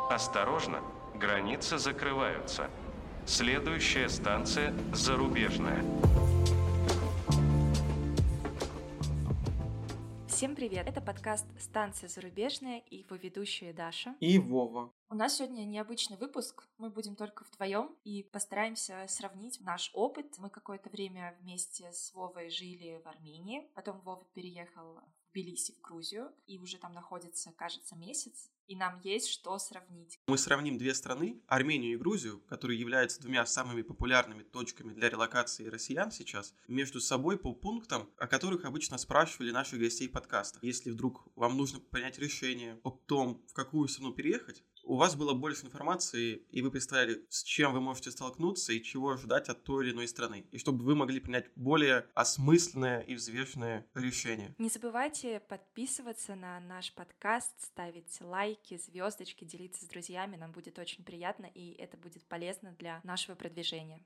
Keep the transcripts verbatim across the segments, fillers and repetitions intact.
Осторожно, границы закрываются. Следующая станция Зарубежная. Всем привет! Это подкаст «Станция Зарубежная» и его ведущая Даша. И Вова. У нас сегодня необычный выпуск, мы будем только вдвоем и постараемся сравнить наш опыт. Мы какое-то время вместе с Вовой жили в Армении, потом Вова переехал в Тбилиси, в Грузию, и уже там находится, кажется, месяц, и нам есть что сравнить. Мы сравним две страны, Армению и Грузию, которые являются двумя самыми популярными точками для релокации россиян сейчас, между собой по пунктам, о которых обычно спрашивали наших гостей подкаста. Если вдруг вам нужно принять решение о том, в какую страну переехать, у вас было больше информации, и вы представляли, с чем вы можете столкнуться и чего ожидать от той или иной страны, и чтобы вы могли принять более осмысленное и взвешенное решение. Не забывайте подписываться на наш подкаст, ставить лайки, звездочки, делиться с друзьями, нам будет очень приятно, и это будет полезно для нашего продвижения.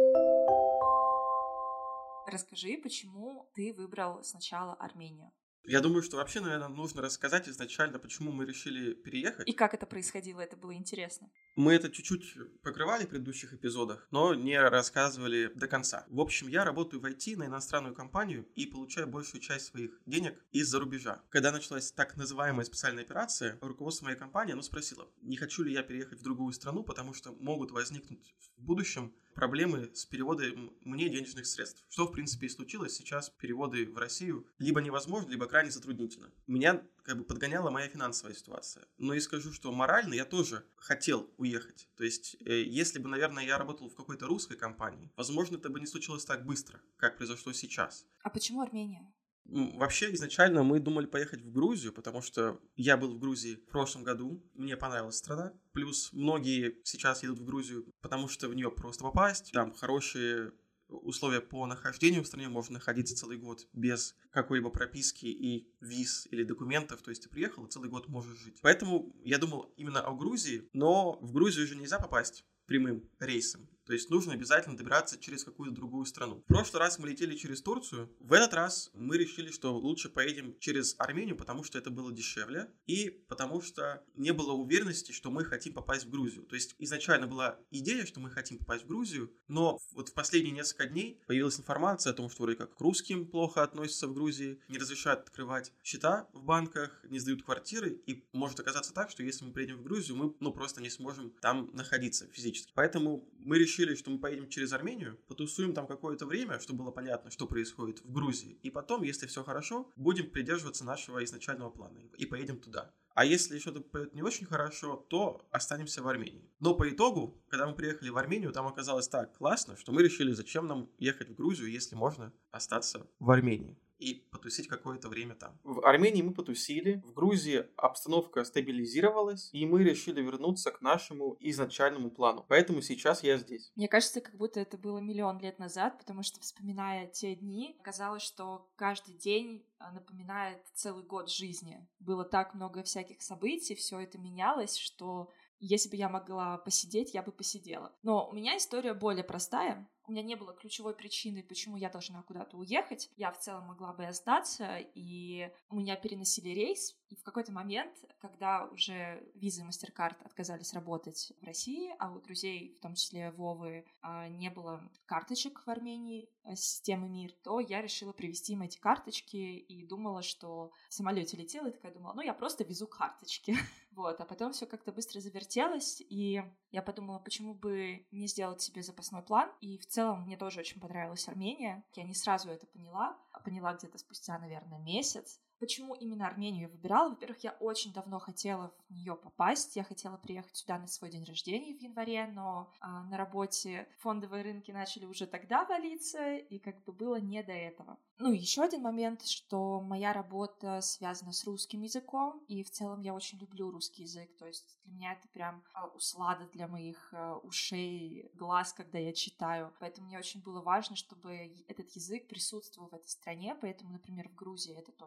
Расскажи, почему ты выбрал сначала Армению? Я думаю, что вообще, наверное, нужно рассказать изначально, почему мы решили переехать. И как это происходило, это было интересно. Мы это чуть-чуть покрывали в предыдущих эпизодах, но не рассказывали до конца. В общем, я работаю в ай ти на иностранную компанию и получаю большую часть своих денег из-за рубежа. Когда началась так называемая специальная операция, руководство моей компании оно спросило, не хочу ли я переехать в другую страну, потому что могут возникнуть в будущем проблемы с переводом мне денежных средств. Что, в принципе, и случилось. Сейчас переводы в Россию либо невозможны, либо крайне затруднительно. Меня как бы подгоняла моя финансовая ситуация. Но и скажу, что морально я тоже хотел уехать. То есть, э, если бы, наверное, я работал в какой-то русской компании, возможно, это бы не случилось так быстро, как произошло сейчас. А почему Армения? Вообще, изначально мы думали поехать в Грузию, потому что я был в Грузии в прошлом году, мне понравилась страна. Плюс многие сейчас едут в Грузию, потому что в нее просто попасть. Там хорошие условия по нахождению в стране, можно находиться целый год без какой-либо прописки и виз или документов, то есть ты приехал и целый год можешь жить. Поэтому я думал именно о Грузии, но в Грузию же нельзя попасть прямым рейсом. То есть нужно обязательно добираться через какую-то другую страну. В прошлый раз мы летели через Турцию. В этот раз мы решили, что лучше поедем через Армению, потому что это было дешевле и потому что не было уверенности, что мы хотим попасть в Грузию. То есть изначально была идея, что мы хотим попасть в Грузию, но вот в последние несколько дней появилась информация о том, что вроде как к русским плохо относятся в Грузии, не разрешают открывать счета в банках, не сдают квартиры, и может оказаться так, что если мы приедем в Грузию, мы ну, просто не сможем там находиться физически. Поэтому мы решили, что мы поедем через Армению, потусуем там какое-то время, чтобы было понятно, что происходит в Грузии. И потом, если все хорошо, будем придерживаться нашего изначального плана и поедем туда. А если что-то пойдет не очень хорошо, то останемся в Армении. Но по итогу, когда мы приехали в Армению, там оказалось так классно, что мы решили, зачем нам ехать в Грузию, если можно остаться в Армении и потусить какое-то время там. В Армении мы потусили, в Грузии обстановка стабилизировалась, и мы решили вернуться к нашему изначальному плану. Поэтому сейчас я здесь. Мне кажется, как будто это было миллион лет назад, потому что, вспоминая те дни, казалось, что каждый день напоминает целый год жизни. Было так много всяких событий, все это менялось, что если бы я могла посидеть, я бы посидела. Но у меня история более простая. У меня не было ключевой причины, почему я должна куда-то уехать. Я в целом могла бы остаться, и у меня переносили рейс. И в какой-то момент, когда уже визы и MasterCard отказались работать в России, а у друзей, в том числе Вовы, не было карточек в Армении системы МИР, то я решила привезти им эти карточки и думала, что в самолете летела, и такая думала, ну, я просто везу карточки. Вот, а потом все как-то быстро завертелось, и я подумала, почему бы не сделать себе запасной план, и в целом мне тоже очень понравилась Армения. Я не сразу это поняла, а поняла где-то спустя, наверное, месяц. Почему именно Армению я выбирала? Во-первых, я очень давно хотела в нее попасть. Я хотела приехать сюда на свой день рождения в январе, но а, на работе фондовые рынки начали уже тогда валиться, и как бы было не до этого. Ну, еще один момент, что моя работа связана с русским языком, и в целом я очень люблю русский язык, то есть для меня это прям а, услада для моих а, ушей, глаз, когда я читаю. Поэтому мне очень было важно, чтобы этот язык присутствовал в этой стране, поэтому, например, в Грузии это точно нет.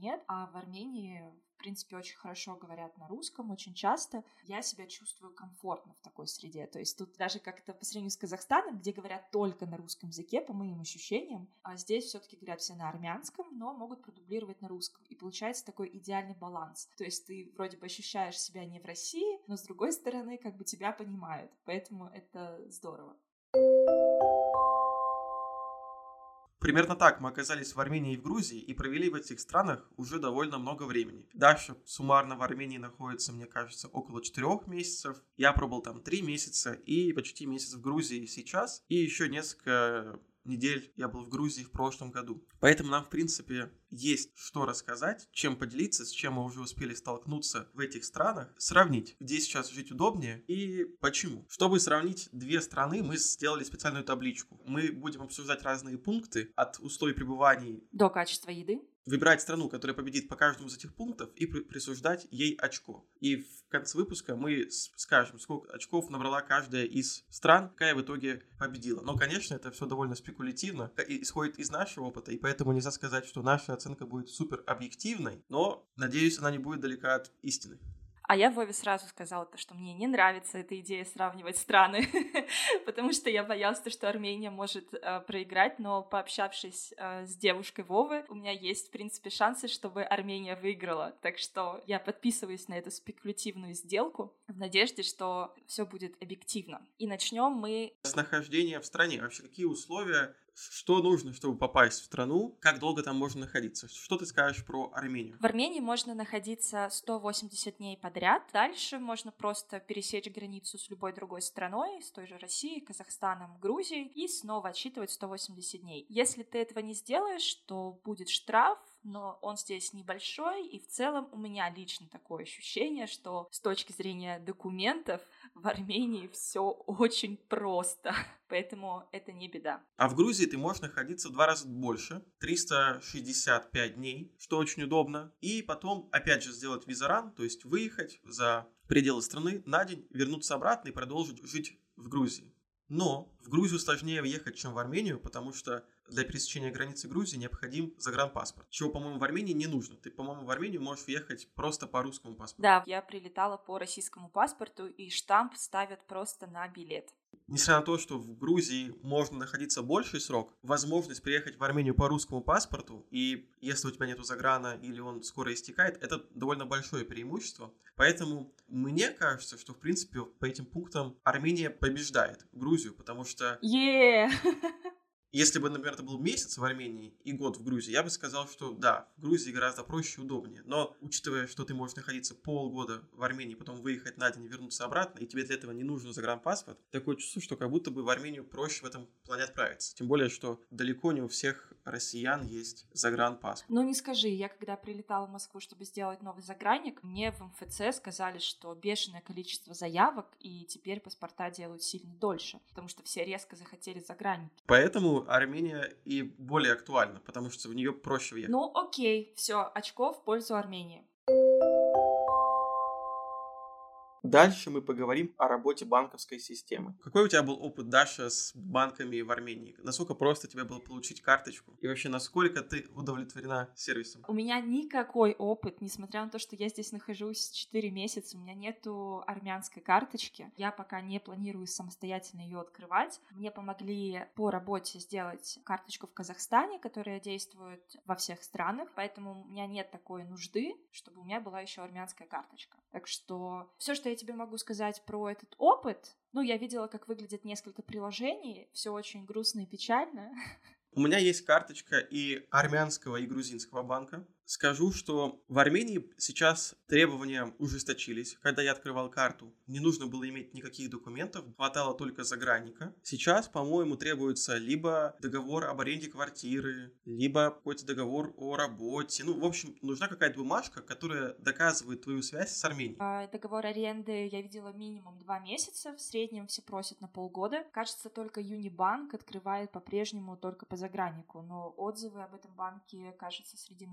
нет, а в Армении, в принципе, очень хорошо говорят на русском, очень часто. Я себя чувствую комфортно в такой среде. То есть тут даже как-то по сравнению с Казахстаном, где говорят только на русском языке, по моим ощущениям, а здесь все-таки говорят все на армянском, но могут продублировать на русском. И получается такой идеальный баланс. То есть ты вроде бы ощущаешь себя не в России, но с другой стороны как бы тебя понимают. Поэтому это здорово. Примерно так мы оказались в Армении и в Грузии и провели в этих странах уже довольно много времени. Даша суммарно в Армении находится, мне кажется, около четырех месяцев. Я пробыл там три месяца и почти месяц в Грузии сейчас. И еще несколько недель я был в Грузии в прошлом году. Поэтому нам, в принципе, есть что рассказать, чем поделиться, с чем мы уже успели столкнуться в этих странах, сравнить, где сейчас жить удобнее и почему. Чтобы сравнить две страны, мы сделали специальную табличку. Мы будем обсуждать разные пункты от условий пребывания до качества еды. Выбирать страну, которая победит по каждому из этих пунктов и при- присуждать ей очко. И в конце выпуска мы с- скажем, сколько очков набрала каждая из стран, какая в итоге победила. Но, конечно, это все довольно спекулятивно, и исходит из нашего опыта, и поэтому нельзя сказать, что наша оценка будет супер объективной, но, надеюсь, она не будет далека от истины. А я Вове сразу сказала, то, что мне не нравится эта идея сравнивать страны, потому что я боялась, что Армения может э, проиграть, но пообщавшись э, с девушкой Вовы, у меня есть, в принципе, шансы, чтобы Армения выиграла. Так что я подписываюсь на эту спекулятивную сделку в надежде, что все будет объективно. И начнем мы с нахождения в стране. Вообще, какие условия, что нужно, чтобы попасть в страну, как долго там можно находиться? Что ты скажешь про Армению? В Армении можно находиться сто восемьдесят дней подряд. Дальше можно просто пересечь границу с любой другой страной, с той же Россией, Казахстаном, Грузией, и снова отсчитывать сто восемьдесят дней. Если ты этого не сделаешь, то будет штраф, но он здесь небольшой, и в целом у меня лично такое ощущение, что с точки зрения документов в Армении все очень просто, поэтому это не беда. А в Грузии ты можешь находиться в два раза больше, триста шестьдесят пять дней, что очень удобно, и потом опять же сделать визаран, то есть выехать за пределы страны на день, вернуться обратно и продолжить жить в Грузии. Но в Грузию сложнее въехать, чем в Армению, потому что для пересечения границы Грузии необходим загранпаспорт, чего, по-моему, в Армении не нужно. Ты, по-моему, в Армению можешь въехать просто по русскому паспорту. Да, я прилетала по российскому паспорту, и штамп ставят просто на билет. Несмотря на то, что в Грузии можно находиться больший срок, возможность приехать в Армению по русскому паспорту, и если у тебя нету заграна или он скоро истекает, это довольно большое преимущество. Поэтому мне кажется, что, в принципе, по этим пунктам Армения побеждает Грузию, потому что... Yeah. Если бы, например, это был месяц в Армении и год в Грузии, я бы сказал, что да, в Грузии гораздо проще и удобнее. Но, учитывая, что ты можешь находиться полгода в Армении, потом выехать на день и вернуться обратно, и тебе для этого не нужен загранпаспорт, такое чувство, что как будто бы в Армению проще в этом плане отправиться. Тем более, что далеко не у всех россиян есть загранпаспорт. Ну не скажи, я когда прилетала в Москву, чтобы сделать новый загранник, мне в эм эф цэ сказали, что бешеное количество заявок, и теперь паспорта делают сильно дольше, потому что все резко захотели загранники. Поэтому Армения и более актуальна, потому что в нее проще въехать. Ну окей, все, очко в пользу Армении. Дальше мы поговорим о работе банковской системы. Какой у тебя был опыт, Даша, с банками в Армении? Насколько просто тебе было получить карточку? И вообще, насколько ты удовлетворена сервисом? У меня никакой опыт, несмотря на то, что я здесь нахожусь четыре месяца, у меня нету армянской карточки. Я пока не планирую самостоятельно ее открывать. Мне помогли по работе сделать карточку в Казахстане, которая действует во всех странах, поэтому у меня нет такой нужды, чтобы у меня была еще армянская карточка. Так что все, что я тебе могу сказать про этот опыт, ну, я видела, как выглядит несколько приложений, все очень грустно и печально. У меня есть карточка и армянского, и грузинского банка. Скажу, что в Армении сейчас требования ужесточились. Когда я открывал карту, не нужно было иметь никаких документов, хватало только загранника. Сейчас, по-моему, требуется либо договор об аренде квартиры, либо какой-то договор о работе. Ну, в общем, нужна какая-то бумажка, которая доказывает твою связь с Арменией. А, договор аренды я видела минимум два месяца, в среднем все просят на полгода. Кажется, только Юнибанк открывает по-прежнему только по заграннику, но отзывы об этом банке, кажется, среди моих знакомых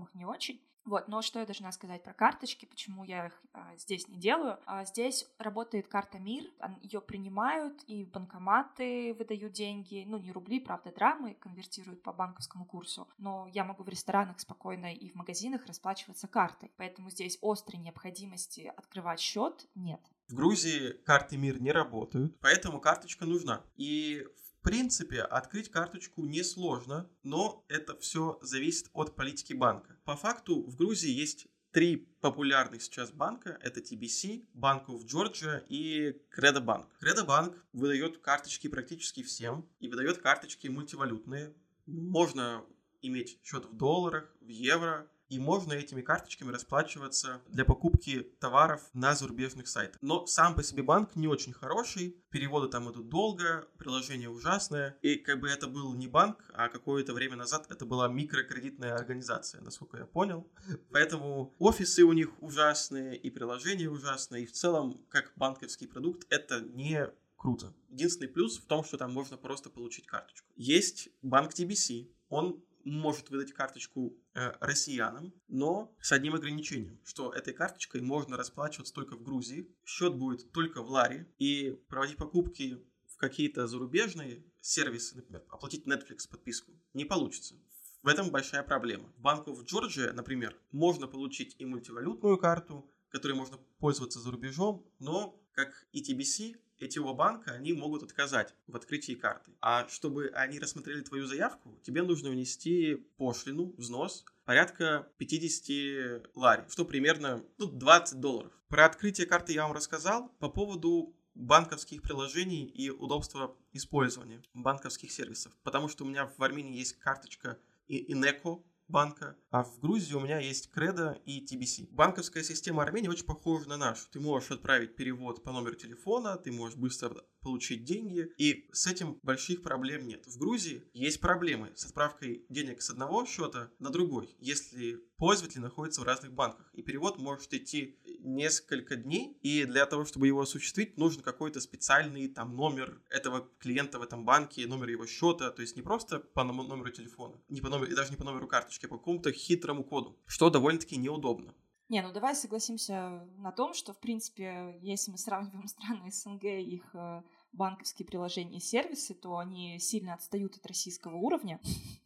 знакомых не очень. Вот, но что я должна сказать про карточки, почему я их а, здесь не делаю. А, здесь работает карта МИР, ее принимают, и банкоматы выдают деньги, ну, не рубли, правда, драмы, конвертируют по банковскому курсу, но я могу в ресторанах спокойно и в магазинах расплачиваться картой, поэтому здесь острой необходимости открывать счет нет. В Грузии карты МИР не работают, поэтому карточка нужна. И в принципе, открыть карточку несложно, но это все зависит от политики банка. По факту в Грузии есть три популярных сейчас банка. Это ти би си, Bank of Georgia и Credo Bank. Credo Bank выдает карточки практически всем и выдает карточки мультивалютные. Можно иметь счет в долларах, в евро. И можно этими карточками расплачиваться для покупки товаров на зарубежных сайтах. Но сам по себе банк не очень хороший, переводы там идут долго, приложение ужасное. И как бы это был не банк, а какое-то время назад это была микрокредитная организация, насколько я понял. Поэтому офисы у них ужасные, и приложения ужасные, и в целом, как банковский продукт, это не круто. Единственный плюс в том, что там можно просто получить карточку. Есть банк ти би си, он может выдать карточку э, россиянам, но с одним ограничением, что этой карточкой можно расплачиваться только в Грузии, счет будет только в ларе, и проводить покупки в какие-то зарубежные сервисы, например, оплатить Netflix подписку, не получится. В этом большая проблема. В Bank of Georgia, например, можно получить и мультивалютную карту, которой можно пользоваться за рубежом, но, как и ти би си, эти оба банка, они могут отказать в открытии карты. А чтобы они рассмотрели твою заявку, тебе нужно внести пошлину, взнос, порядка пятьдесят лари, что примерно ну, двадцать долларов. Про открытие карты я вам рассказал. По поводу банковских приложений и удобства использования банковских сервисов. Потому что у меня в Армении есть карточка Инеко банка, а в Грузии у меня есть Credo и ти би си. Банковская система Армении очень похожа на нашу. Ты можешь отправить перевод по номеру телефона, ты можешь быстро получить деньги, и с этим больших проблем нет. В Грузии есть проблемы с отправкой денег с одного счета на другой, если пользователь находится в разных банках, и перевод может идти несколько дней, и для того, чтобы его осуществить, нужен какой-то специальный там номер этого клиента в этом банке, номер его счета, то есть не просто по номеру телефона, не по номеру, и даже не по номеру карточки, а по какому-то хитрому коду, что довольно-таки неудобно. Не, ну давай согласимся на том, что, в принципе, если мы сравниваем страны СНГ и их э, банковские приложения и сервисы, то они сильно отстают от российского уровня.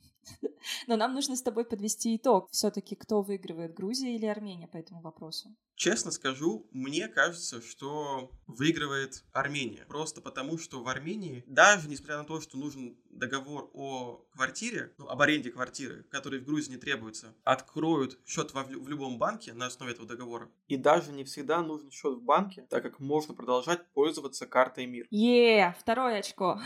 Но нам нужно с тобой подвести итог. Все-таки кто выигрывает, Грузия или Армения по этому вопросу? Честно скажу, мне кажется, что выигрывает Армения. Просто потому, что в Армении, даже несмотря на то, что нужен договор о квартире, ну, об аренде квартиры, который в Грузии не требуется, откроют счет во, в любом банке на основе этого договора. И даже не всегда нужен счет в банке, так как можно продолжать пользоваться картой МИР. Е, второе очко.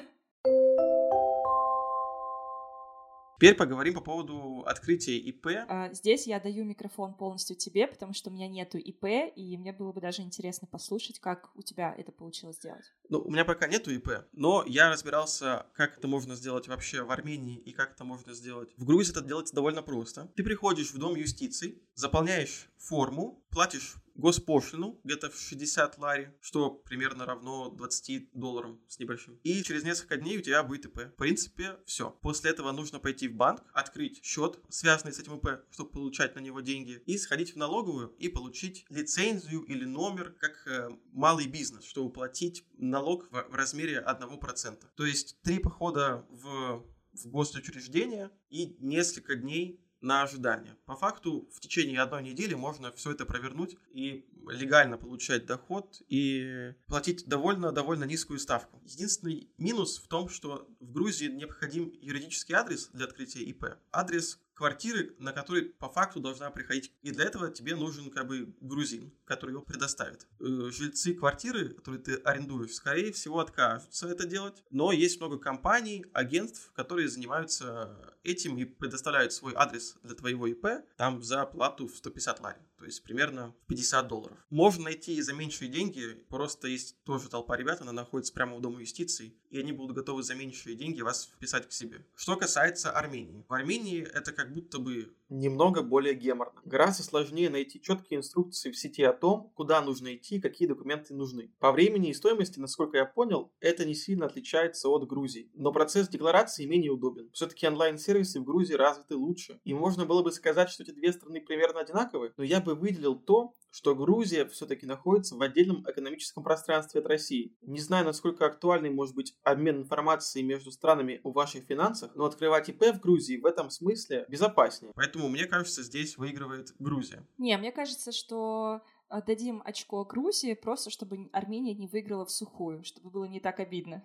Теперь поговорим по поводу открытия ИП. Здесь я даю микрофон полностью тебе, потому что у меня нету ИП, и мне было бы даже интересно послушать, как у тебя это получилось сделать. Ну, у меня пока нету ИП, но я разбирался, как это можно сделать вообще в Армении и как это можно сделать в Грузии. Это делается довольно просто. Ты приходишь в Дом юстиции, заполняешь форму, платишь госпошлину где-то в шестьдесят лари, что примерно равно двадцать долларам с небольшим. И через несколько дней у тебя будет ИП. В принципе, все. После этого нужно пойти в банк, открыть счет, связанный с этим ИП, чтобы получать на него деньги, и сходить в налоговую и получить лицензию или номер как э, малый бизнес, чтобы платить налог в, в размере одного процента. То есть три похода в, в госучреждение и несколько дней на ожидание. По факту, в течение одной недели можно все это провернуть и легально получать доход и платить довольно-довольно низкую ставку. Единственный минус в том, что в Грузии необходим юридический адрес для открытия ИП. Адрес квартиры, на который по факту должна приходить. И для этого тебе нужен как бы грузин, который его предоставит. Жильцы квартиры, которые ты арендуешь, скорее всего откажутся это делать. Но есть много компаний, агентств, которые занимаются этим и предоставляют свой адрес для твоего ИП там за плату в сто пятьдесят лари. То то есть примерно пятьдесят долларов. Можно найти за меньшие деньги, просто есть тоже толпа ребят, она находится прямо у Дома юстиции, и они будут готовы за меньшие деньги вас вписать к себе. Что касается Армении. В Армении это как будто бы немного более геморно. Гораздо сложнее найти четкие инструкции в сети о том, куда нужно идти, какие документы нужны. По времени и стоимости, насколько я понял, это не сильно отличается от Грузии. Но процесс декларации менее удобен. Все-таки онлайн-сервисы в Грузии развиты лучше. И можно было бы сказать, что эти две страны примерно одинаковы, но я бы выделил то, что Грузия все-таки находится в отдельном экономическом пространстве от России. Не знаю, насколько актуальный может быть обмен информацией между странами о ваших финансах, но открывать ИП в Грузии в этом смысле безопаснее. Поэтому, мне кажется, здесь выигрывает Грузия. Не, мне кажется, что дадим очко Грузии просто, чтобы Армения не выиграла в сухую, чтобы было не так обидно.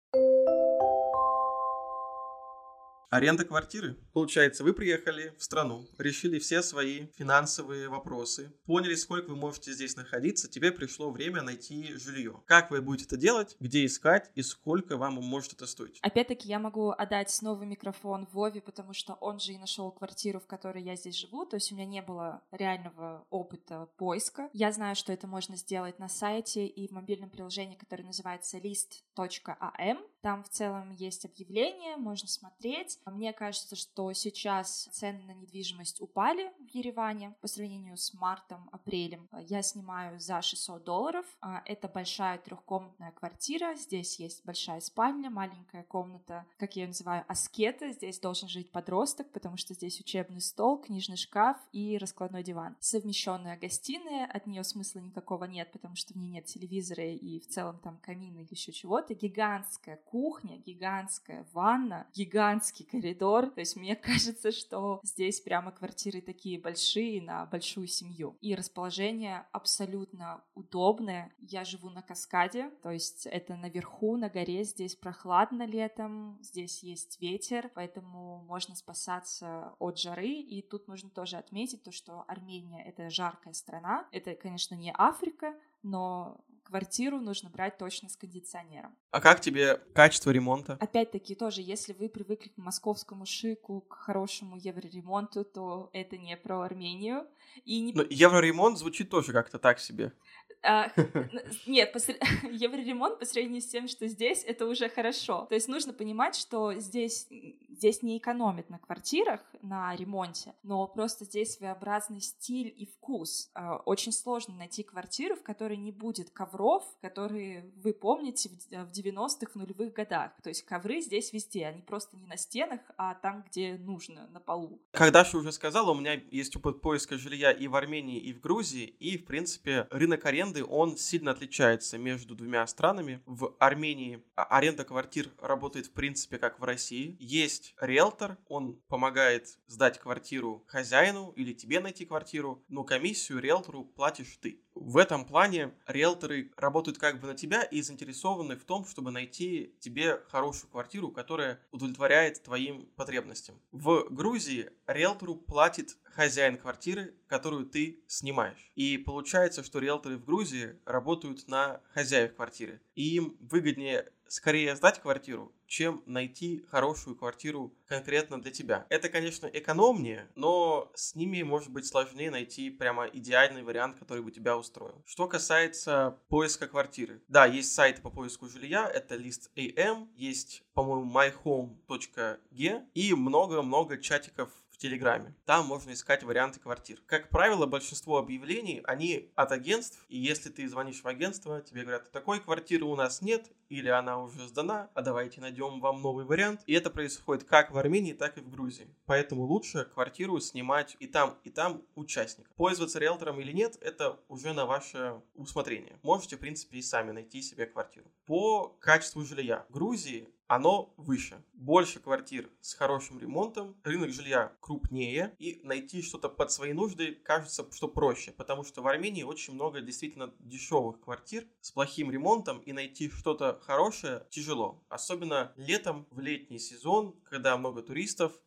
Аренда квартиры. Получается, вы приехали в страну, решили все свои финансовые вопросы, поняли, сколько вы можете здесь находиться, теперь пришло время найти жилье. Как вы будете это делать, где искать и сколько вам может это стоить? Опять-таки, я могу отдать снова микрофон Вове, потому что он же и нашел квартиру, в которой я здесь живу, то есть у меня не было реального опыта поиска. Я знаю, что это можно сделать на сайте и в мобильном приложении, которое называется лист точка а эм. Там в целом есть объявления, можно смотреть. Мне кажется, что сейчас цены на недвижимость упали в Ереване по сравнению с мартом-апрелем. Я снимаю за шестьсот долларов. Это большая трехкомнатная квартира. Здесь есть большая спальня, маленькая комната, как я ее называю, аскета. Здесь должен жить подросток, потому что здесь учебный стол, книжный шкаф и раскладной диван. Совмещенная гостиная, от нее смысла никакого нет, потому что в ней нет телевизора и в целом там камина или еще чего-то. Гигантская кухня, гигантская ванна, гигантский коридор. То есть мне кажется, что здесь прямо квартиры такие большие на большую семью. И расположение абсолютно удобное. Я живу на каскаде, то есть это наверху, на горе. Здесь прохладно летом, здесь есть ветер, поэтому можно спасаться от жары. И тут нужно тоже отметить то, что Армения — это жаркая страна. Это, конечно, не Африка, но квартиру нужно брать точно с кондиционером. А как тебе качество ремонта? Опять-таки, тоже, если вы привыкли к московскому шику, к хорошему евроремонту, то это не про Армению. И не... Но евроремонт звучит тоже как-то так себе. А, нет, поср... евроремонт по сравнению с тем, что здесь, это уже хорошо. То есть нужно понимать, что здесь, здесь не экономят на квартирах, на ремонте, но просто здесь своеобразный стиль и вкус. Очень сложно найти квартиру, в которой не будет ковров, которые вы помните в девяностых, в нулевых годах. То есть ковры здесь везде, они просто не на стенах, а там, где нужно, на полу. Как Даша уже сказала, у меня есть опыт поиска жилья и в Армении, и в Грузии, и, в принципе, рынок аренды он сильно отличается между двумя странами. В Армении аренда квартир работает в принципе как в России. Есть риэлтор, он помогает сдать квартиру хозяину или тебе найти квартиру, но комиссию риэлтору платишь ты. В этом плане риэлторы работают как бы на тебя и заинтересованы в том, чтобы найти тебе хорошую квартиру, которая удовлетворяет твоим потребностям. В Грузии риэлтору платит хозяин квартиры, которую ты снимаешь. И получается, что риэлторы в Грузии работают на хозяев квартиры. И им выгоднее скорее сдать квартиру, чем найти хорошую квартиру конкретно для тебя. Это, конечно, экономнее, но с ними может быть сложнее найти прямо идеальный вариант, который бы тебя устроил. Что касается поиска квартиры. Да, есть сайты по поиску жилья, это лист точка эй эм, есть, по-моему, май хоум точка джи и много-много чатиков в Телеграме. Там можно искать варианты квартир. Как правило, большинство объявлений, они от агентств, и если ты звонишь в агентство, тебе говорят, такой квартиры у нас нет, или она уже сдана, а давайте найдем вам новый вариант. И это происходит как в Армении, так и в Грузии. Поэтому лучше квартиру снимать и там, и там участников. Пользоваться риэлтором или нет, это уже на ваше усмотрение. Можете, в принципе, и сами найти себе квартиру. По качеству жилья. В Грузии оно выше. Больше квартир с хорошим ремонтом, рынок жилья крупнее, и найти что-то под свои нужды кажется, что проще, потому что в Армении очень много действительно дешевых квартир с плохим ремонтом, и найти что-то хорошее тяжело. Особенно летом, в летний сезон, когда много туристов,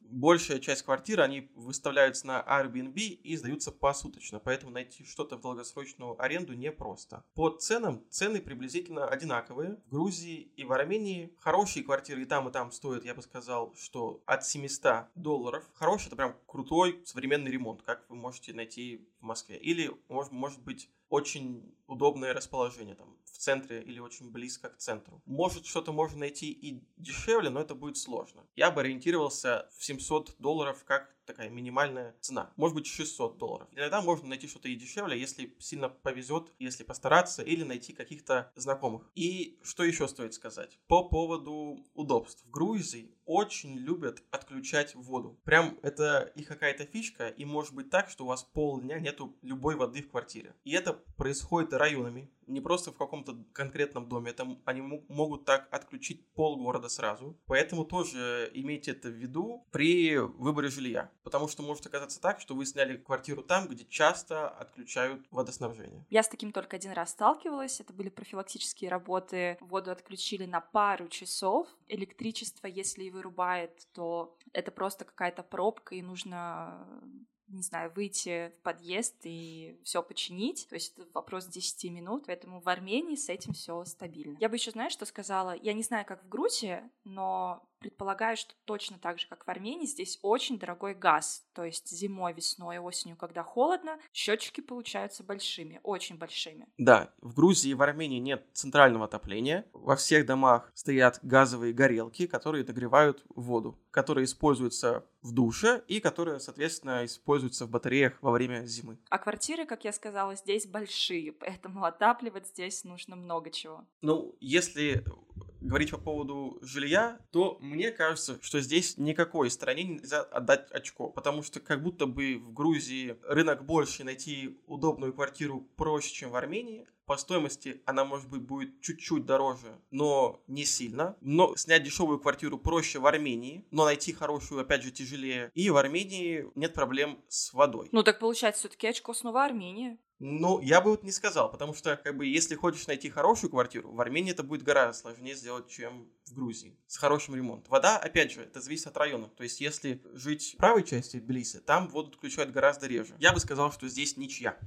большая часть квартир, они выставляются на Airbnb и сдаются посуточно, поэтому найти что-то в долгосрочную аренду непросто. По ценам, цены приблизительно одинаковые. В Грузии и в Армении хорошие квартиры и там, и там стоят, я бы сказал, что от семьсот долларов. Хороший — это прям крутой современный ремонт, как вы можете найти в Москве. Или, может, может быть, очень удобное расположение там в центре или очень близко к центру. Может, что-то можно найти и дешевле, но это будет сложно. Я бы ориентировался в семьсот долларов как такая минимальная цена. Может быть, шестьсот долларов. Иногда можно найти что-то и дешевле, если сильно повезет, если постараться, или найти каких-то знакомых. И что еще стоит сказать? По поводу удобств. В Грузии очень любят отключать воду. Прям это их какая-то фишка, и может быть так, что у вас полдня нету любой воды в квартире. И это происходит районами, не просто в каком-то конкретном доме. Это они м- могут так отключить полгорода сразу. Поэтому тоже имейте это в виду при выборе жилья. Потому что может оказаться так, что вы сняли квартиру там, где часто отключают водоснабжение. Я с таким только один раз сталкивалась. Это были профилактические работы. Воду отключили на пару часов. Электричество, если и вырубает, то это просто какая-то пробка, и нужно, не знаю, выйти в подъезд и все починить. То есть это вопрос десяти минут. Поэтому в Армении с этим все стабильно. Я бы еще, знаешь, что сказала? Я не знаю, как в Грузии, но предполагаю, что точно так же, как в Армении, здесь очень дорогой газ. То есть зимой, весной, осенью, когда холодно, счетчики получаются большими, очень большими. Да, в Грузии и в Армении нет центрального отопления. Во всех домах стоят газовые горелки, которые нагревают воду, которые используются в душе и которые, соответственно, используются в батареях во время зимы. А квартиры, как я сказала, здесь большие, поэтому отапливать здесь нужно много чего. Ну, если говорить по поводу жилья, то мне кажется, что здесь никакой стране нельзя отдать очко, потому что как будто бы в Грузии рынок больше, найти удобную квартиру проще, чем в Армении. По стоимости она, может быть, будет чуть-чуть дороже, но не сильно. Но снять дешевую квартиру проще в Армении, но найти хорошую, опять же, тяжелее. И в Армении нет проблем с водой. Ну так получается, все-таки очко снова Армения. Ну, я бы вот не сказал, потому что, как бы, если хочешь найти хорошую квартиру, в Армении это будет гораздо сложнее сделать, чем в Грузии, с хорошим ремонтом. Вода, опять же, это зависит от района. То есть, если жить в правой части Тбилиси, там воду отключают гораздо реже. Я бы сказал, что здесь ничья.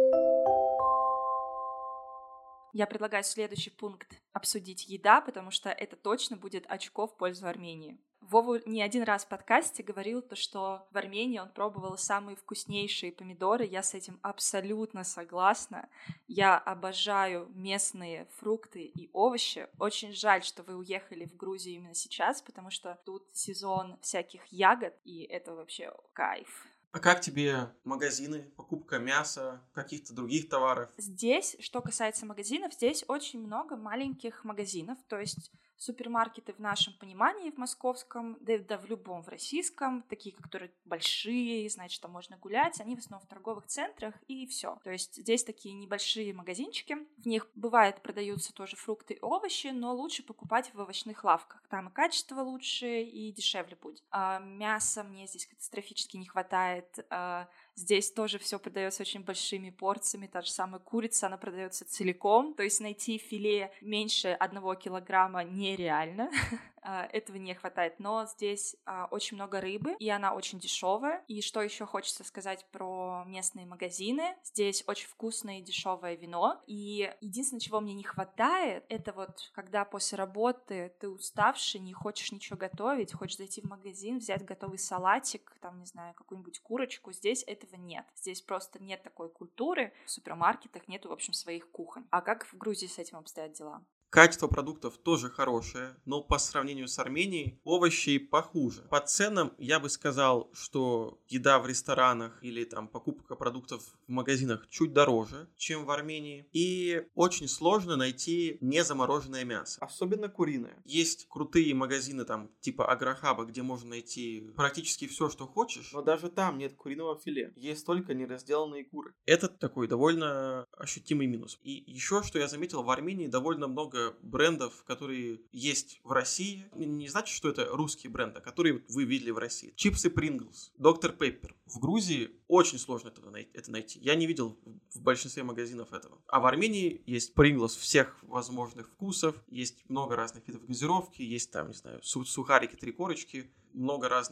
Я предлагаю следующий пункт обсудить еда, потому что это точно будет очко в пользу Армении. Вова не один раз в подкасте говорил то, что в Армении он пробовал самые вкуснейшие помидоры. Я с этим абсолютно согласна. Я обожаю местные фрукты и овощи. Очень жаль, что вы уехали в Грузию именно сейчас, потому что тут сезон всяких ягод, и это вообще кайф. А как тебе магазины, покупка мяса, каких-то других товаров? Здесь, что касается магазинов, здесь очень много маленьких магазинов, то есть супермаркеты в нашем понимании, в московском, да, да в любом, в российском, такие, которые большие, значит, там можно гулять, они в основном в торговых центрах, и все. То есть здесь такие небольшие магазинчики, в них бывает продаются тоже фрукты и овощи, но лучше покупать в овощных лавках, там и качество лучше, и дешевле будет. А мяса мне здесь катастрофически не хватает. А здесь тоже все продается очень большими порциями, та же самая курица, она продается целиком, то есть найти филе меньше одного килограмма нереально. Этого не хватает, но здесь а, очень много рыбы, и она очень дешевая. И что еще хочется сказать про местные магазины? Здесь очень вкусное и дешевое вино. И единственное, чего мне не хватает, это вот когда после работы ты уставший, не хочешь ничего готовить, хочешь зайти в магазин, взять готовый салатик, там, не знаю, какую-нибудь курочку. Здесь этого нет. Здесь просто нет такой культуры. В супермаркетах нету, в общем, своих кухонь. А как в Грузии с этим обстоят дела? Качество продуктов тоже хорошее, но по сравнению с Арменией овощи похуже. По ценам я бы сказал, что еда в ресторанах или там покупка продуктов в магазинах чуть дороже, чем в Армении. И очень сложно найти незамороженное мясо, особенно куриное. Есть крутые магазины там типа Агрохаба, где можно найти практически все, что хочешь, но даже там нет куриного филе. Есть только неразделанные куры. Это такой довольно ощутимый минус. И еще, что я заметил, в Армении довольно много брендов, которые есть в России. Не значит, что это русские бренды, которые вы видели в России. Чипсы Принглс, доктор Пеппер. В Грузии очень сложно это найти. Я не видел в большинстве магазинов этого. А в Армении есть Принглс всех возможных вкусов, есть много разных видов газировки, есть там, не знаю, сухарики, три корочки, много разных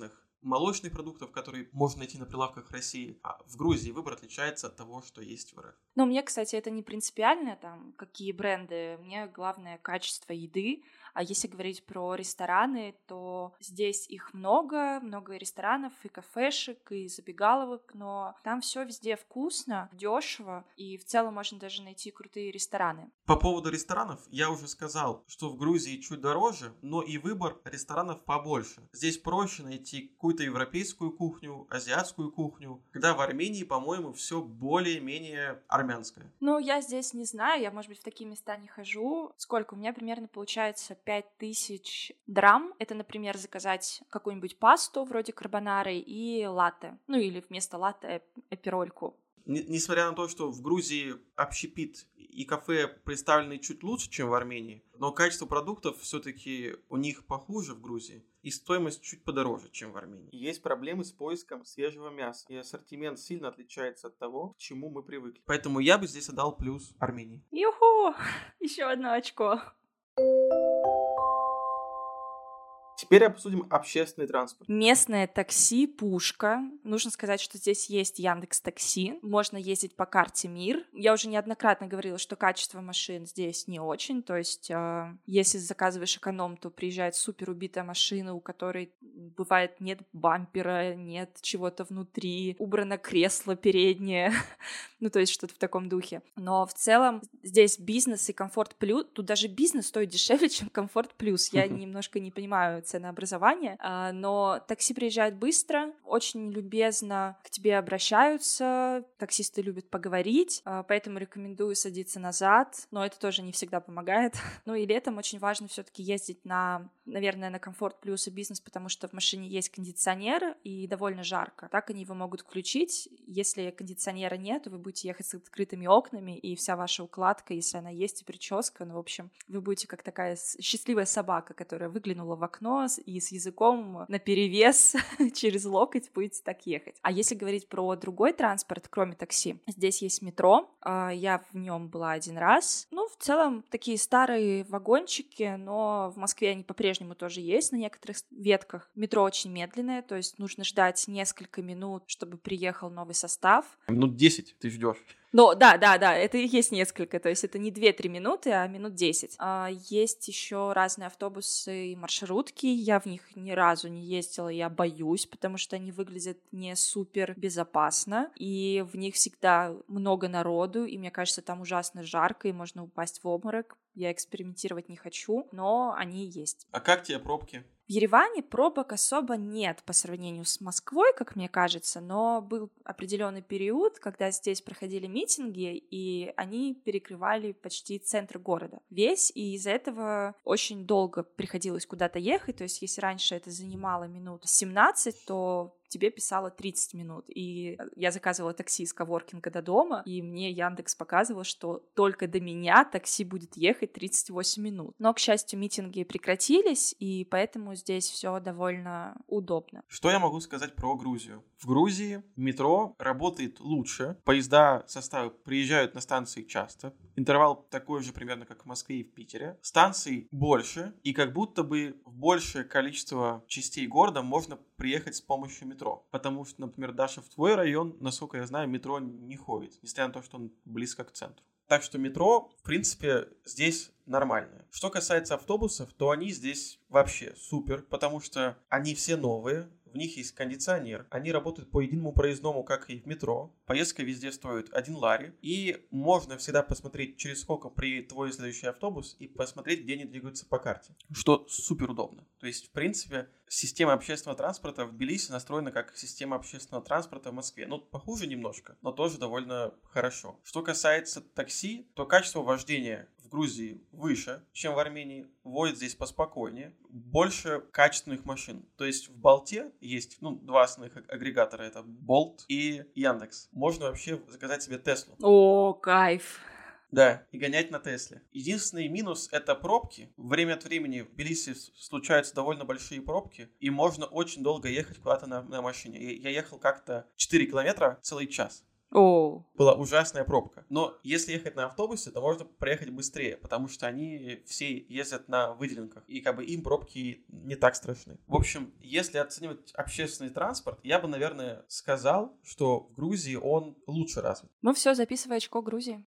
молочных продуктов, которые можно найти на прилавках России. А в Грузии выбор отличается от того, что есть в РФ. Ну, мне, кстати, это не принципиально, там, какие бренды. Мне главное качество еды. А если говорить про рестораны, то здесь их много, много ресторанов, и кафешек, и забегаловок, но там все везде вкусно, дешево, и в целом можно даже найти крутые рестораны. По поводу ресторанов, я уже сказал, что в Грузии чуть дороже, но и выбор ресторанов побольше. Здесь проще найти какую-то европейскую кухню, азиатскую кухню, когда в Армении, по-моему, все более-менее армянское. Ну, я здесь не знаю, я, может быть, в такие места не хожу. Сколько? У меня примерно получается пять тысяч драм. Это, например, заказать какую-нибудь пасту вроде карбонары и латте. Ну, или вместо латте эпирольку. Несмотря на то, что в Грузии общепит и кафе представлены чуть лучше, чем в Армении, но качество продуктов все-таки у них похуже в Грузии, и стоимость чуть подороже, чем в Армении. Есть проблемы с поиском свежего мяса, и ассортимент сильно отличается от того, к чему мы привыкли. Поэтому я бы здесь отдал плюс Армении. Юху! Еще одно очко. Теперь обсудим общественный транспорт. Местное такси «Пушка». Нужно сказать, что здесь есть Яндекс.Такси. Можно ездить по карте МИР. Я уже неоднократно говорила, что качество машин здесь не очень. То есть, э, если заказываешь эконом, то приезжает супер убитая машина, у которой бывает нет бампера, нет чего-то внутри, убрано кресло переднее. Ну, то есть что-то в таком духе. Но в целом здесь бизнес и комфорт плюс. Тут даже бизнес стоит дешевле, чем комфорт плюс. Я немножко не понимаю ценообразование, но такси приезжает быстро, очень любезно к тебе обращаются, таксисты любят поговорить, поэтому рекомендую садиться назад, но это тоже не всегда помогает. Ну и летом очень важно все-таки ездить на, наверное, на комфорт плюс и бизнес, потому что в машине есть кондиционер и довольно жарко. Так они его могут включить. Если кондиционера нет, вы будете ехать с открытыми окнами, и вся ваша укладка, если она есть, и прическа, ну, в общем, вы будете как такая счастливая собака, которая выглянула в окно и с языком наперевес через локоть будете так ехать. А если говорить про другой транспорт, кроме такси, здесь есть метро. Я в нем была один раз. Ну, в целом, такие старые вагончики, но в Москве они по-прежнему тоже есть на некоторых ветках. Метро очень медленное, то есть нужно ждать несколько минут, чтобы приехал новый состав. Минут десять ты ждешь. Ну, да, да, да, это и есть несколько, то есть это не две-три минуты, а минут десять. А, есть еще разные автобусы и маршрутки, я в них ни разу не ездила, я боюсь, потому что они выглядят не супер безопасно, и в них всегда много народу, и мне кажется, там ужасно жарко, и можно упасть в обморок. Я экспериментировать не хочу, но они есть. А как тебе пробки? В Ереване пробок особо нет по сравнению с Москвой, как мне кажется, но был определенный период, когда здесь проходили митинги, и они перекрывали почти центр города весь, и из-за этого очень долго приходилось куда-то ехать, то есть если раньше это занимало минут семнадцать, то тебе писало тридцать минут, и я заказывала такси из коворкинга до дома, и мне Яндекс показывал, что только до меня такси будет ехать тридцать восемь минут. Но, к счастью, митинги прекратились, и поэтому здесь все довольно удобно. Что я могу сказать про Грузию? В Грузии метро работает лучше, поезда составы приезжают на станции часто, интервал такой же примерно, как в Москве и в Питере, станций больше, и как будто бы в большее количество частей города можно приехать с помощью метро. Потому что, например, даже в твой район, насколько я знаю, метро не ходит, несмотря на то, что он близко к центру. Так что метро, в принципе, здесь нормальное. Что касается автобусов, то они здесь вообще супер, потому что они все новые, в них есть кондиционер, они работают по единому проездному, как и в метро. Поездка везде стоит один лари, и можно всегда посмотреть, через сколько приедет твой следующий автобус, и посмотреть, где они двигаются по карте, что супер удобно. То есть, в принципе, система общественного транспорта в Тбилиси настроена как система общественного транспорта в Москве. Ну, похуже немножко, но тоже довольно хорошо. Что касается такси, то качество вождения в Грузии выше, чем в Армении, водят здесь поспокойнее, больше качественных машин. То есть в Болте есть, ну, два основных агрегатора, это Bolt и Яндекс. Можно вообще заказать себе Теслу. О, кайф! Да, и гонять на Тесле. Единственный минус — это пробки. Время от времени в Тбилиси случаются довольно большие пробки, и можно очень долго ехать куда-то на, на машине. Я, я ехал как-то четыре километра целый час. О. Была ужасная пробка. Но если ехать на автобусе, то можно проехать быстрее, потому что они все ездят на выделенках, и как бы им пробки не так страшны. В общем, если оценивать общественный транспорт, я бы, наверное, сказал, что в Грузии он лучше развит. Ну все, записывай очко Грузии.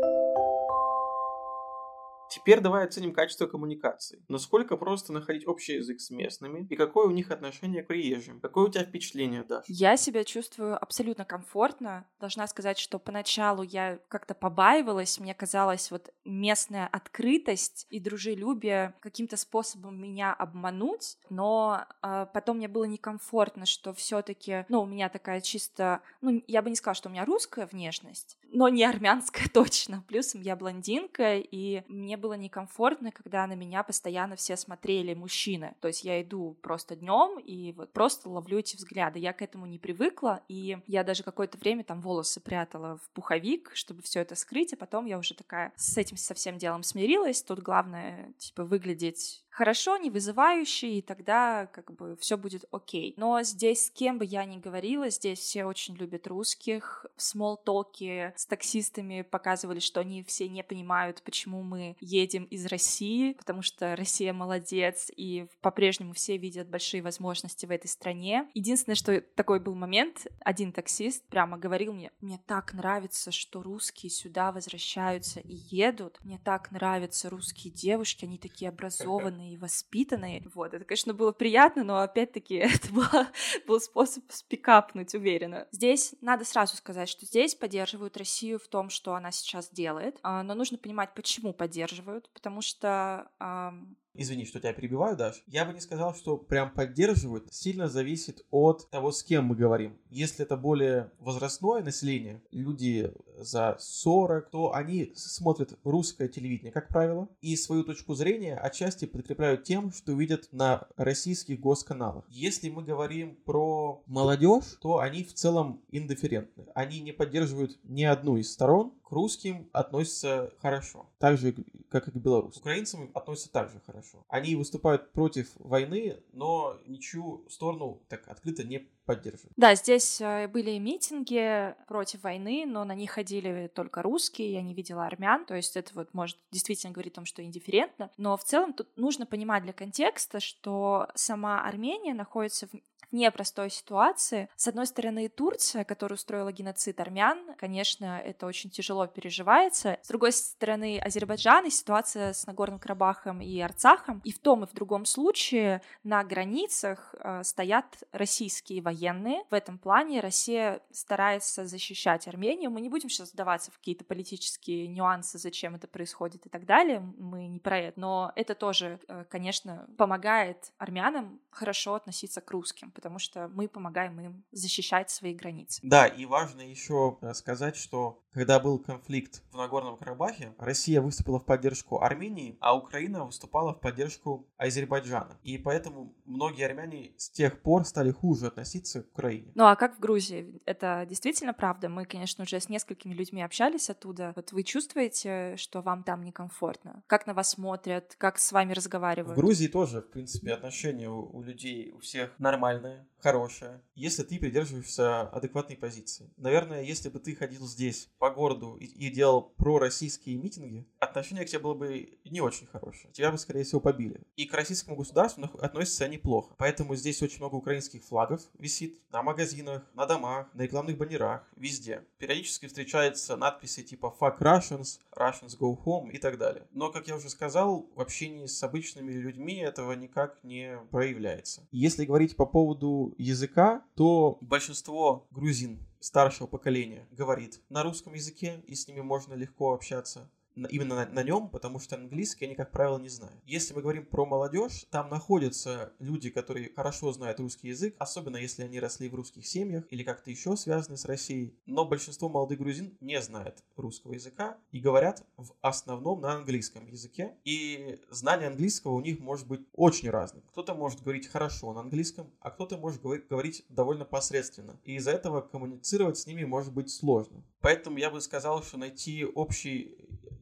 Теперь давай оценим качество коммуникации. Насколько просто находить общий язык с местными и какое у них отношение к приезжим. Какое у тебя впечатление, Даш? Я себя чувствую абсолютно комфортно. Должна сказать, что поначалу я как-то побаивалась. Мне казалось, вот местная открытость и дружелюбие каким-то способом меня обмануть, но э, потом мне было некомфортно, что все-таки, ну, у меня такая чисто, ну, я бы не сказала, что у меня русская внешность, но не армянская точно. Плюсом я блондинка, и мне было некомфортно, когда на меня постоянно все смотрели мужчины. То есть я иду просто днем и вот просто ловлю эти взгляды. Я к этому не привыкла, и я даже какое-то время там волосы прятала в пуховик, чтобы все это скрыть, а потом я уже такая с этим со всем делом смирилась. Тут главное, типа, выглядеть хорошо, не вызывающе, и тогда как бы все будет окей. Но здесь с кем бы я ни говорила, здесь все очень любят русских. В смолл-токе с таксистами показывали, что они все не понимают, почему мы едем из России, потому что Россия молодец, и по-прежнему все видят большие возможности в этой стране. Единственное, что такой был момент, один таксист прямо говорил мне: мне так нравится, что русские сюда возвращаются и едут, мне так нравятся русские девушки, они такие образованные и воспитанные. Вот, это, конечно, было приятно, но опять-таки это было, был способ спикапнуть уверенно. Здесь надо сразу сказать, что здесь поддерживают Россию в том, что она сейчас делает, но нужно понимать, почему поддерживают, потому что... Эм... Извини, что тебя перебиваю, Даш. Я бы не сказал, что прям поддерживают. Сильно зависит от того, с кем мы говорим. Если это более возрастное население, люди за сорок, то они смотрят русское телевидение, как правило, и свою точку зрения отчасти подкрепляют тем, что видят на российских госканалах. Если мы говорим про молодежь, то они в целом индифферентны. Они не поддерживают ни одну из сторон. К русским относятся хорошо, так же, как и к белорусам. К украинцам относятся также хорошо. Они выступают против войны, но ничью сторону так открыто не поддерживают. Да, здесь были митинги против войны, но на них ходили только русские, я не видела армян, то есть это вот может действительно говорить о том, что индифферентно, но в целом тут нужно понимать для контекста, что сама Армения находится в в непростой ситуации. С одной стороны, Турция, которая устроила геноцид армян, конечно, это очень тяжело переживается. С другой стороны, Азербайджан и ситуация с Нагорным Карабахом и Арцахом. И в том и в другом случае на границах э, стоят российские военные. В этом плане Россия старается защищать Армению. Мы не будем сейчас вдаваться в какие-то политические нюансы, зачем это происходит и так далее. Мы не про это. Но это тоже, э, конечно, помогает армянам хорошо относиться к русским, потому что мы помогаем им защищать свои границы. Да, и важно еще сказать, что когда был конфликт в Нагорном Карабахе, Россия выступила в поддержку Армении, а Украина выступала в поддержку Азербайджана. И поэтому многие армяне с тех пор стали хуже относиться к Украине. Ну а как в Грузии? Это действительно правда? Мы, конечно, уже с несколькими людьми общались оттуда. Вот вы чувствуете, что вам там некомфортно? Как на вас смотрят? Как с вами разговаривают? В Грузии тоже, в принципе, отношения у, у людей, у всех нормальные, хорошие, если ты придерживаешься адекватной позиции. Наверное, если бы ты ходил здесь по городу и, и делал пророссийские митинги, отношение к тебе было бы не очень хорошее. Тебя бы, скорее всего, побили. И к российскому государству относятся они плохо. Поэтому здесь очень много украинских флагов висит на магазинах, на домах, на рекламных баннерах, везде. Периодически встречаются надписи типа «Fuck Russians», «Russians go home» и так далее. Но, как я уже сказал, в общении с обычными людьми этого никак не проявляется. Если говорить по поводу языка, то большинство грузин старшего поколения говорит на русском языке, и с ними можно легко общаться. Именно на, на нем, потому что английский они, как правило, не знают. Если мы говорим про молодежь, там находятся люди, которые хорошо знают русский язык, особенно если они росли в русских семьях или как-то еще связаны с Россией. Но большинство молодых грузин не знает русского языка и говорят в основном на английском языке. И знание английского у них может быть очень разным. Кто-то может говорить хорошо на английском, а кто-то может говорить довольно посредственно. И из-за этого коммуницировать с ними может быть сложно. Поэтому я бы сказал, что найти общий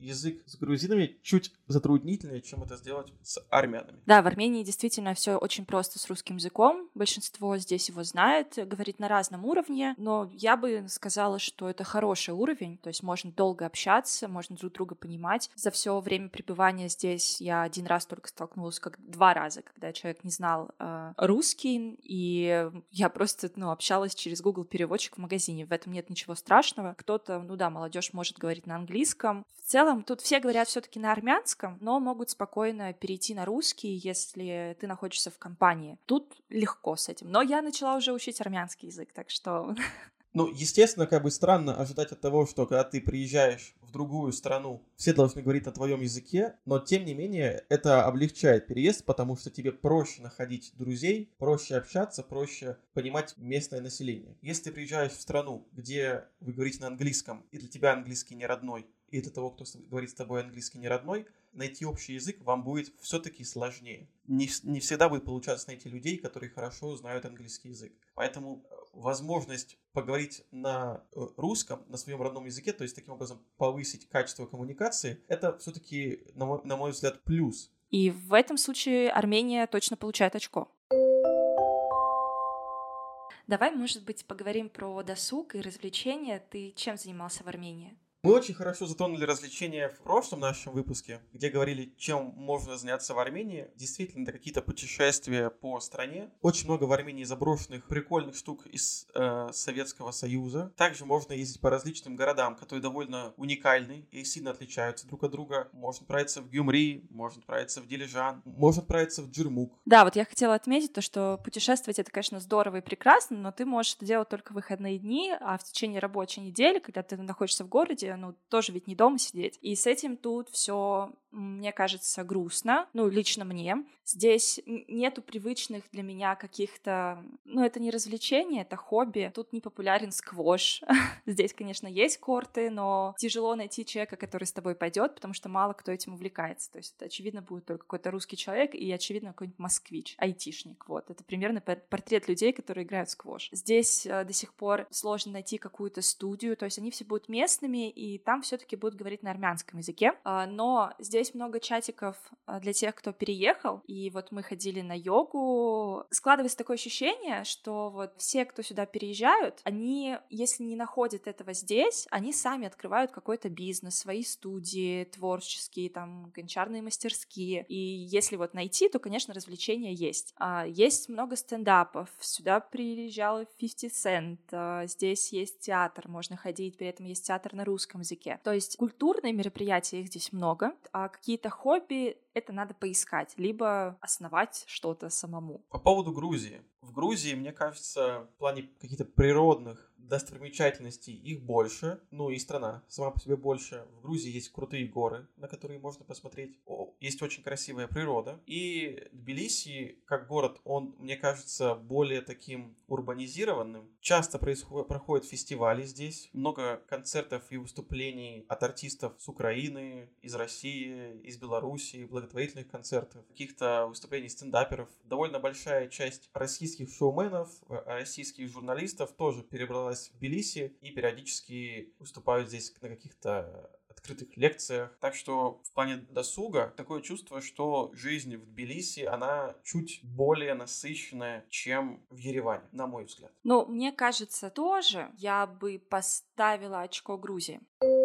язык с грузинами чуть затруднительнее, чем это сделать с армянами. Да, в Армении действительно все очень просто с русским языком. Большинство здесь его знает, говорит на разном уровне, но я бы сказала, что это хороший уровень, то есть можно долго общаться, можно друг друга понимать. За все время пребывания здесь я один раз только столкнулась, как два раза, когда человек не знал э, русский, и я просто ну, общалась через Google переводчик в магазине. В этом нет ничего страшного. Кто-то, ну да, молодежь может говорить на английском. В целом тут все говорят все-таки на армянском, но могут спокойно перейти на русский, если ты находишься в компании. Тут легко с этим. Но я начала уже учить армянский язык, так что... Ну, естественно, как бы странно ожидать от того, что когда ты приезжаешь в другую страну, все должны говорить на твоем языке, но тем не менее это облегчает переезд, потому что тебе проще находить друзей, проще общаться, проще понимать местное население. Если ты приезжаешь в страну, где вы говорите на английском, и для тебя английский не родной, и для того, кто говорит с тобой английский не родной, найти общий язык вам будет все-таки сложнее. Не, не всегда будет получаться найти людей, которые хорошо знают английский язык. Поэтому возможность поговорить на русском, на своем родном языке, то есть таким образом повысить качество коммуникации, это все-таки, на мой, на мой взгляд, плюс. И в этом случае Армения точно получает очко. Давай, может быть, поговорим про досуг и развлечения. Ты чем занимался в Армении? Мы очень хорошо затронули развлечения в прошлом нашем выпуске, где говорили, чем можно заняться в Армении. Действительно, это какие-то путешествия по стране. Очень много в Армении заброшенных прикольных штук из э, Советского Союза. Также можно ездить по различным городам, которые довольно уникальны и сильно отличаются друг от друга. Можно отправиться в Гюмри, можно отправиться в Дилижан, можно отправиться в Джурмук. Да, вот я хотела отметить то, что путешествовать — это, конечно, здорово и прекрасно, но ты можешь это делать только в выходные дни, а в течение рабочей недели, когда ты находишься в городе, ну, тоже ведь не дома сидеть. И с этим тут все, мне кажется, грустно. Ну, лично мне. Здесь нету привычных для меня каких-то... Ну, это не развлечение, это хобби. Тут не популярен сквош. Здесь, конечно, есть корты, но тяжело найти человека, который с тобой пойдет, потому что мало кто этим увлекается. То есть это, очевидно, будет только какой-то русский человек и, очевидно, какой-нибудь москвич, айтишник. Вот. Это примерно портрет людей, которые играют в сквош. Здесь э, до сих пор сложно найти какую-то студию, то есть они все будут местными, и там все-таки будут говорить на армянском языке. А, но здесь много чатиков для тех, кто переехал, и вот мы ходили на йогу. Складывается такое ощущение, что вот все, кто сюда переезжают, они, если не находят этого здесь, они сами открывают какой-то бизнес, свои студии творческие, там, гончарные мастерские. И если вот найти, то, конечно, развлечения есть. А, есть много стендапов. Сюда приезжал фифти Cent. А, здесь есть театр, можно ходить, при этом есть театр на русском языке. То есть культурные мероприятия, их здесь много, а какие-то хобби — это надо поискать, либо основать что-то самому. По поводу Грузии. В Грузии, мне кажется, в плане каких-то природных достопримечательностей их больше. Ну и страна сама по себе больше. В Грузии есть крутые горы, на которые можно посмотреть. О, есть очень красивая природа. И Тбилиси, как город, он, мне кажется, более таким урбанизированным. Часто происходит, проходят фестивали здесь. Много концертов и выступлений от артистов с Украины, из России, из Белоруссии, благотворительных концертов, каких-то выступлений стендаперов. Довольно большая часть российских шоуменов, российских журналистов тоже перебралась в Тбилиси и периодически выступают здесь на каких-то открытых лекциях. Так что в плане досуга такое чувство, что жизнь в Тбилиси, она чуть более насыщенная, чем в Ереване, на мой взгляд. Ну, мне кажется, тоже я бы поставила очко Грузии.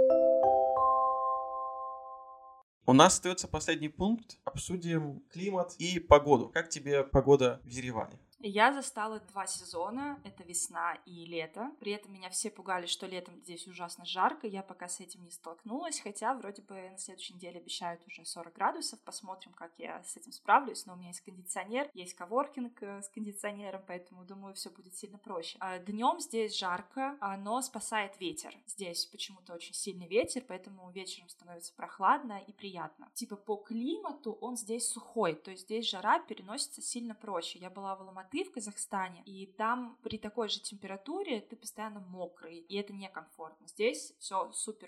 У нас остается последний пункт. Обсудим климат и погоду. Как тебе погода в Ереване? Я застала два сезона, это весна и лето. При этом меня все пугали, что летом здесь ужасно жарко. Я пока с этим не столкнулась, хотя вроде бы на следующей неделе обещают уже сорок градусов. Посмотрим, как я с этим справлюсь. Но у меня есть кондиционер, есть коворкинг с кондиционером, поэтому, думаю, все будет сильно проще. Днем здесь жарко, но спасает ветер. Здесь почему-то очень сильный ветер, поэтому вечером становится прохладно и приятно. Типа по климату он здесь сухой, то есть здесь жара переносится сильно проще. Я была в Алматы в Казахстане, и там при такой же температуре ты постоянно мокрый, и это некомфортно. Здесь все супер гуд,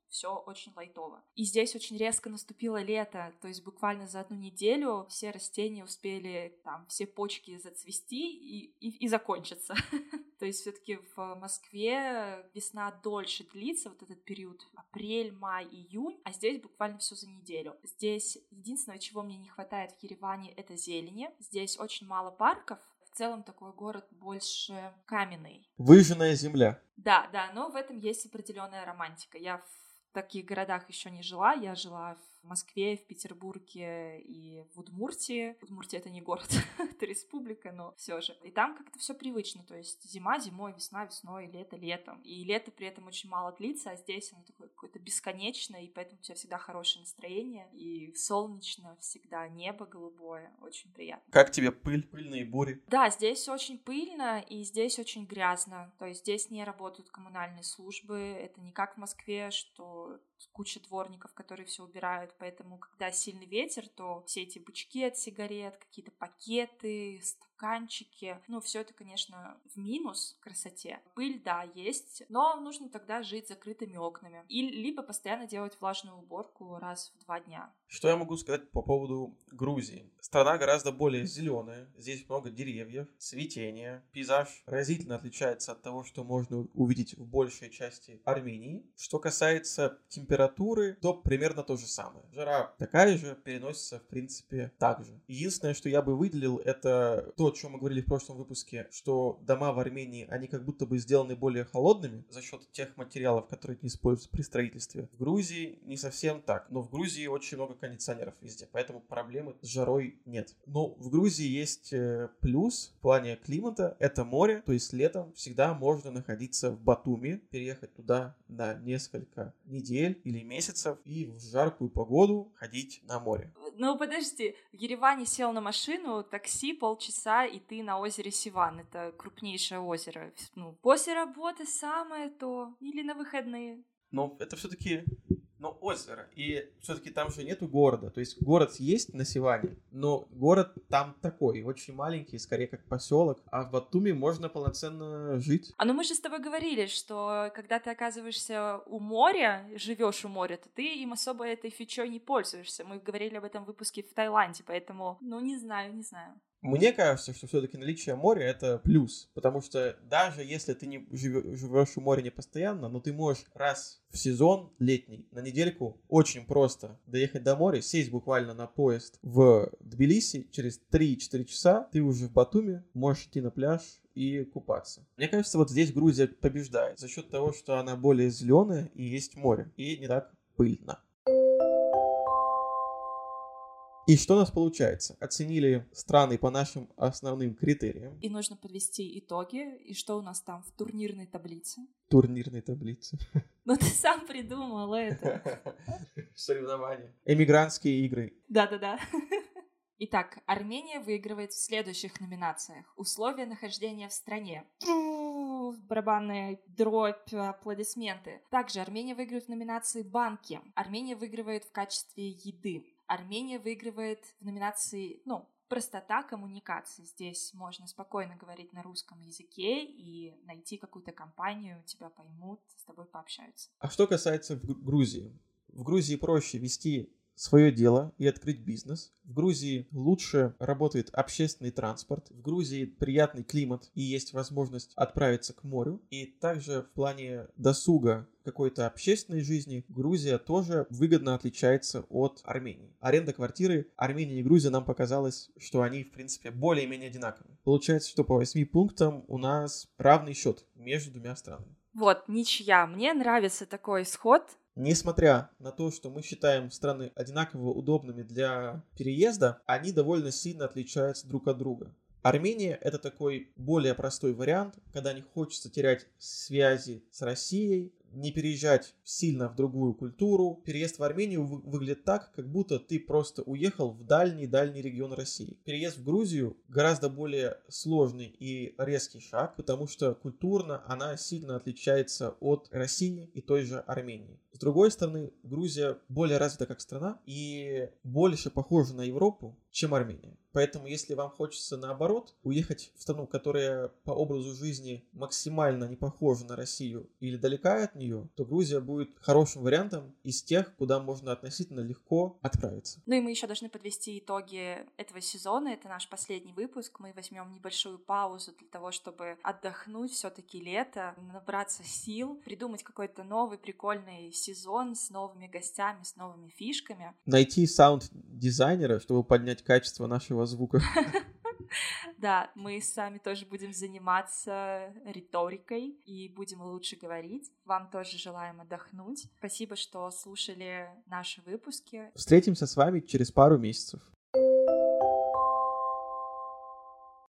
все очень лайтово. И здесь очень резко наступило лето, то есть буквально за одну неделю все растения успели, там, все почки зацвести и, и, и закончиться. То есть все-таки в Москве весна дольше длится, вот этот период апрель, май, июнь, а здесь буквально все за неделю. Здесь единственное, чего мне не хватает в Ереване, это зелени. Здесь очень мало парков. В целом такой город больше каменный. Выжженная земля. Да, да, но в этом есть определенная романтика. Я в таких городах еще не жила. Я жила в Москве, в Петербурге и в Удмуртии. Удмуртия — это не город, это республика, но все же. И там как-то все привычно, то есть зима зимой, весна весной, лето летом. И лето при этом очень мало длится, а здесь оно такое какое-то бесконечное, и поэтому у тебя всегда хорошее настроение, и солнечно всегда, небо голубое, очень приятно. Как тебе пыль, пыльные бури? Да, здесь очень пыльно, и здесь очень грязно, то есть здесь не работают коммунальные службы, это не как в Москве, что куча дворников, которые все убирают, поэтому, когда сильный ветер, то все эти бычки от сигарет, какие-то пакеты, стаканчики, ну, все это, конечно, в минус красоте. Пыль, да, есть, но нужно тогда жить с закрытыми окнами. И либо постоянно делать влажную уборку раз в два дня. Что я могу сказать по поводу Грузии? Страна гораздо более зеленая, здесь много деревьев, цветения. Пейзаж разительно отличается от того, что можно увидеть в большей части Армении. Что касается температуры, то примерно то же самое. Жара такая же, переносится, в принципе, так же. Единственное, что я бы выделил, это то, о чем мы говорили в прошлом выпуске, что дома в Армении, они как будто бы сделаны более холодными за счет тех материалов, которые не используются при строительстве. В Грузии не совсем так, но в Грузии очень много кондиционеров везде, поэтому проблемы с жарой нет. Но в Грузии есть плюс в плане климата, это море, то есть летом всегда можно находиться в Батуми, переехать туда на несколько недель или месяцев и в жаркую погоду ходить на море. Ну, подожди, в Ереване сел на машину, такси, полчаса, и ты на озере Сиван. Это крупнейшее озеро. Ну, после работы самое то. Или на выходные. Но это все-таки... Но озеро, и все-таки там же нету города, то есть город есть на Сиване, но город там такой, очень маленький, скорее как поселок, а в Батуми можно полноценно жить. А ну мы же с тобой говорили, что когда ты оказываешься у моря, живешь у моря, то ты им особо этой фичой не пользуешься. Мы говорили об этом в выпуске в Таиланде, поэтому, ну не знаю, не знаю. Мне кажется, что все-таки наличие моря — это плюс, потому что даже если ты не живешь у моря не постоянно, но ты можешь раз в сезон летний на недельку очень просто доехать до моря, сесть буквально на поезд в Тбилиси, через три-четыре часа ты уже в Батуми, можешь идти на пляж и купаться. Мне кажется, вот здесь Грузия побеждает за счет того, что она более зеленая и есть море, и не так пыльно. И что у нас получается? Оценили страны по нашим основным критериям. И нужно подвести итоги. И что у нас там в турнирной таблице? Турнирной таблице. Ну ты сам придумал это. Соревнования. Эмигрантские игры. Да-да-да. Итак, Армения выигрывает в следующих номинациях. Условия нахождения в стране. Барабанная дробь, аплодисменты. Также Армения выигрывает в номинации «Банки». Армения выигрывает в качестве еды. Армения выигрывает в номинации, ну, простота коммуникации. Здесь можно спокойно говорить на русском языке и найти какую-то компанию, тебя поймут, с тобой пообщаются. А что касается Грузии? В Грузии проще вести свое дело и открыть бизнес. В Грузии лучше работает общественный транспорт. В Грузии приятный климат и есть возможность отправиться к морю. И также в плане досуга какой-то общественной жизни Грузия тоже выгодно отличается от Армении. Аренда квартиры Армения и Грузия нам показалось, что они в принципе более-менее одинаковые. Получается, что по восьми пунктам у нас равный счет между двумя странами. Вот, ничья. Мне нравится такой исход. Несмотря на то, что мы считаем страны одинаково удобными для переезда, они довольно сильно отличаются друг от друга. Армения — это такой более простой вариант, когда не хочется терять связи с Россией, не переезжать сильно в другую культуру. Переезд в Армению вы- выглядит так, как будто ты просто уехал в дальний-дальний регион России. Переезд в Грузию гораздо более сложный и резкий шаг, потому что культурно она сильно отличается от России и той же Армении. С другой стороны, Грузия более развита как страна и больше похожа на Европу, чем Армения. Поэтому, если вам хочется, наоборот, уехать в страну, которая по образу жизни максимально не похожа на Россию или далека от нее, то Грузия будет хорошим вариантом из тех, куда можно относительно легко отправиться. Ну и мы еще должны подвести итоги этого сезона. Это наш последний выпуск. Мы возьмем небольшую паузу для того, чтобы отдохнуть, все-таки лето, набраться сил, придумать какой-то новый прикольный сезон с новыми гостями, с новыми фишками. Найти саунд-дизайнера, чтобы поднять качество нашего звука. Да, мы сами тоже будем заниматься риторикой и будем лучше говорить. Вам тоже желаем отдохнуть. Спасибо, что слушали наши выпуски. Встретимся с вами через пару месяцев.